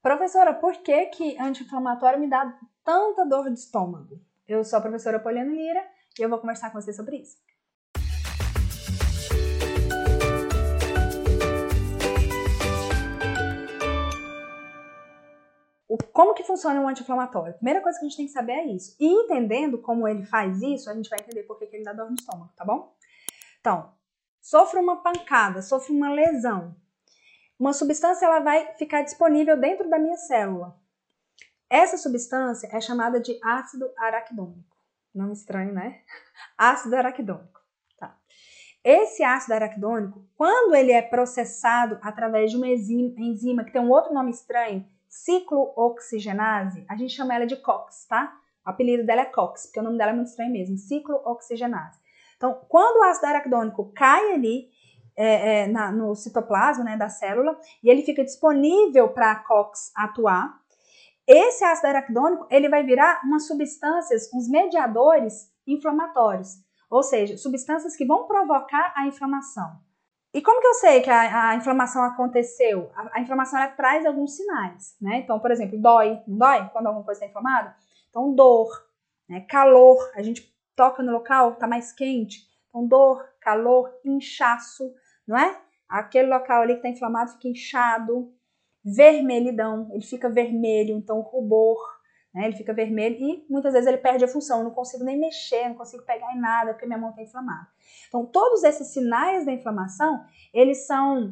Professora, por que anti-inflamatório me dá tanta dor de estômago? Eu sou a professora Poliana Lira e eu vou conversar com você sobre isso. Como que funciona um anti-inflamatório? A primeira coisa que a gente tem que saber é isso. E entendendo como ele faz isso, a gente vai entender por que ele dá dor no estômago, tá bom? Então, sofro uma pancada, sofro uma lesão. Uma substância ela vai ficar disponível dentro da minha célula. Essa substância é chamada de ácido araquidônico. Nome estranho, né? Ácido araquidônico. Tá. Esse ácido araquidônico, quando ele é processado através de uma enzima que tem um outro nome estranho, ciclooxigenase, a gente chama ela de COX, tá? O apelido dela é COX, porque o nome dela é muito estranho mesmo, ciclooxigenase. Então, quando o ácido araquidônico cai ali no citoplasma, né, da célula, e ele fica disponível para a COX atuar, esse ácido araquidônico ele vai virar umas substâncias, uns mediadores inflamatórios, ou seja, substâncias que vão provocar a inflamação. E como que eu sei que a inflamação aconteceu? A inflamação ela traz alguns sinais, né? Então, por exemplo, dói, não dói quando alguma coisa está inflamada? Então, dor, né? Calor, a gente toca no local, está mais quente. Então, dor, calor, inchaço, não é? Aquele local ali que está inflamado fica inchado. Vermelhidão, ele fica vermelho, então rubor, né? Ele fica vermelho e muitas vezes ele perde a função, eu não consigo nem mexer, não consigo pegar em nada porque minha mão está inflamada. Então, todos esses sinais da inflamação, eles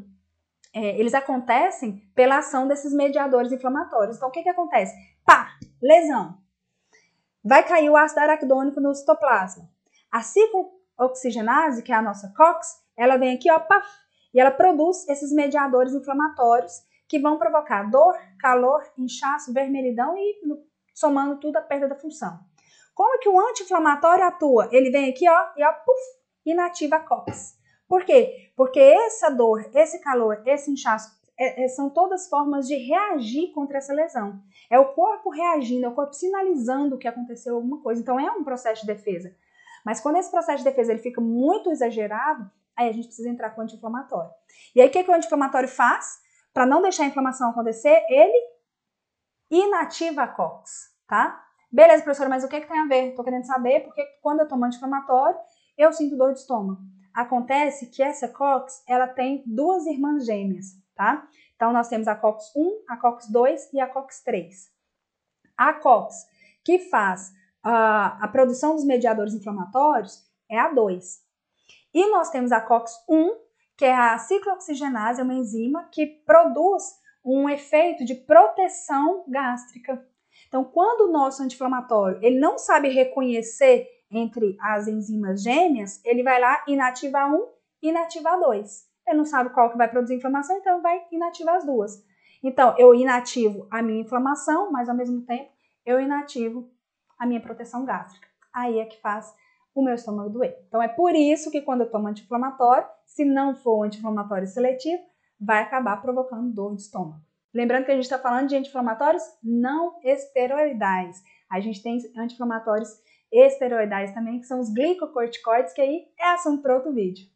acontecem pela ação desses mediadores inflamatórios. Então, o que acontece? Pá, lesão. Vai cair o ácido araquidônico no citoplasma. A ciclooxigenase, que é a nossa COX, ela vem aqui, ó, paf, e ela produz esses mediadores inflamatórios que vão provocar dor, calor, inchaço, vermelhidão e, somando tudo, a perda da função. Como que o anti-inflamatório atua? Ele vem aqui, ó, e ó, puf, inativa a COX. Por quê? Porque essa dor, esse calor, esse inchaço, são todas formas de reagir contra essa lesão. É o corpo reagindo, é o corpo sinalizando que aconteceu alguma coisa. Então, é um processo de defesa. Mas quando esse processo de defesa ele fica muito exagerado, aí a gente precisa entrar com o anti-inflamatório. E aí, o que o anti-inflamatório faz? Para não deixar a inflamação acontecer, ele inativa a COX, tá? Beleza, professora, mas o que tem a ver? Tô querendo saber porque quando eu tomo anti-inflamatório, eu sinto dor de estômago. Acontece que essa COX, ela tem duas irmãs gêmeas, tá? Então, nós temos a COX-1, a COX-2 e a COX-3. A COX, que faz a produção dos mediadores inflamatórios, é a 2. E nós temos a COX-1, que é a ciclooxigenase, é uma enzima que produz um efeito de proteção gástrica. Então, quando o nosso anti-inflamatório ele não sabe reconhecer entre as enzimas gêmeas, ele vai lá inativar um e inativar dois. Ele não sabe qual que vai produzir inflamação, então vai inativar as duas. Então, eu inativo a minha inflamação, mas ao mesmo tempo eu inativo a minha proteção gástrica. Aí é que faz o meu estômago doer. Então, é por isso que quando eu tomo anti-inflamatório, se não for anti-inflamatório seletivo, vai acabar provocando dor de estômago. Lembrando que a gente está falando de anti-inflamatórios não esteroidais. A gente tem anti-inflamatórios esteroidais também, que são os glicocorticoides, que aí é assunto para outro vídeo.